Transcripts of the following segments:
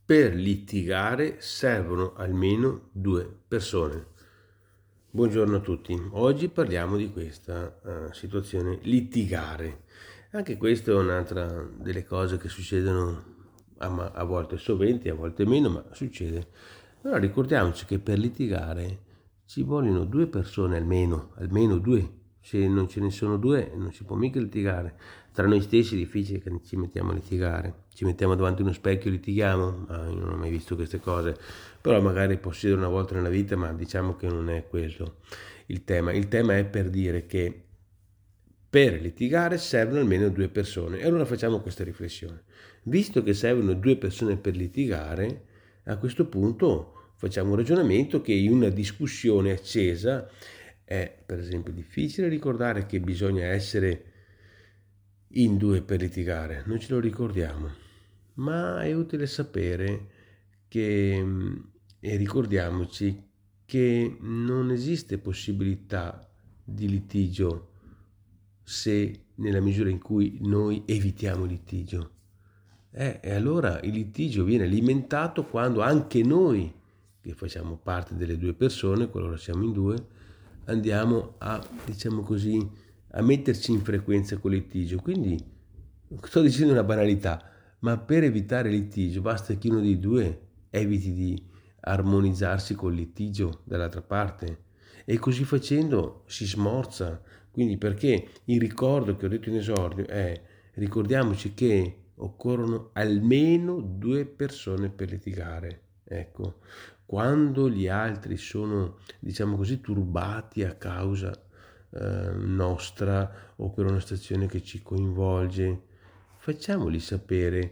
Per litigare servono almeno due persone. Buongiorno a tutti. Oggi parliamo di questa situazione, litigare. Anche questa è un'altra delle cose che succedono a volte soventi, a volte meno, ma succede. Allora ricordiamoci che per litigare ci vogliono due persone almeno due. Se non ce ne sono due non si può mica litigare. Tra noi stessi è difficile che ci mettiamo a litigare. Ci mettiamo davanti a uno specchio e litighiamo? Io non ho mai visto queste cose. Però magari può succedere una volta nella vita, ma diciamo che non è questo il tema. Il tema è per dire che per litigare servono almeno due persone. E allora facciamo questa riflessione. Visto che servono due persone per litigare, a questo punto facciamo un ragionamento che in una discussione accesa è per esempio difficile ricordare che bisogna essere in due per litigare, non ce lo ricordiamo, ma è utile sapere che e ricordiamoci che non esiste possibilità di litigio se nella misura in cui noi evitiamo il litigio. E allora il litigio viene alimentato quando anche noi, che facciamo parte delle due persone, qualora siamo in due, andiamo a, diciamo così, a metterci in frequenza con il litigio. Quindi sto dicendo una banalità, ma per evitare il litigio basta che uno dei due eviti di armonizzarsi col litigio dall'altra parte e così facendo si smorza. Quindi perché il ricordo che ho detto in esordio è ricordiamoci che occorrono almeno due persone per litigare. Ecco, quando gli altri sono, diciamo così, turbati a causa nostra o per una situazione che ci coinvolge, facciamoli sapere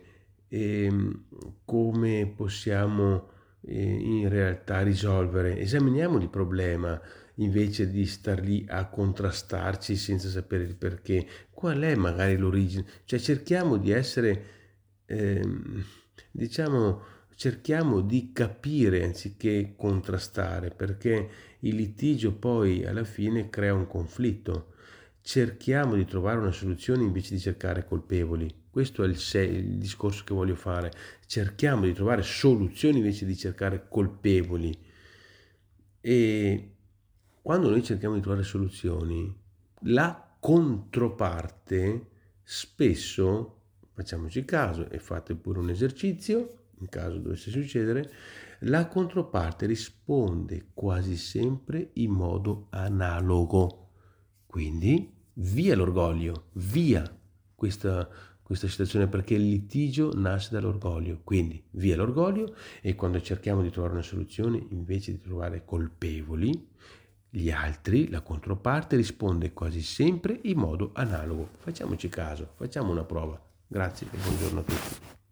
come possiamo in realtà risolvere. Esaminiamo il problema invece di star lì a contrastarci senza sapere il perché. Qual è magari l'origine? Cioè cerchiamo di essere, diciamo, cerchiamo di capire anziché contrastare, perché il litigio poi alla fine crea un conflitto. Cerchiamo di trovare una soluzione invece di cercare colpevoli. Questo è il discorso che voglio fare. Cerchiamo di trovare soluzioni invece di cercare colpevoli. E quando noi cerchiamo di trovare soluzioni, la controparte spesso, facciamoci caso e fate pure un esercizio, in caso dovesse succedere, la controparte risponde quasi sempre in modo analogo. Quindi via l'orgoglio, via questa situazione, perché il litigio nasce dall'orgoglio. Quindi via l'orgoglio, e quando cerchiamo di trovare una soluzione, invece di trovare colpevoli, gli altri, la controparte, risponde quasi sempre in modo analogo. Facciamoci caso, facciamo una prova. Grazie e buongiorno a tutti.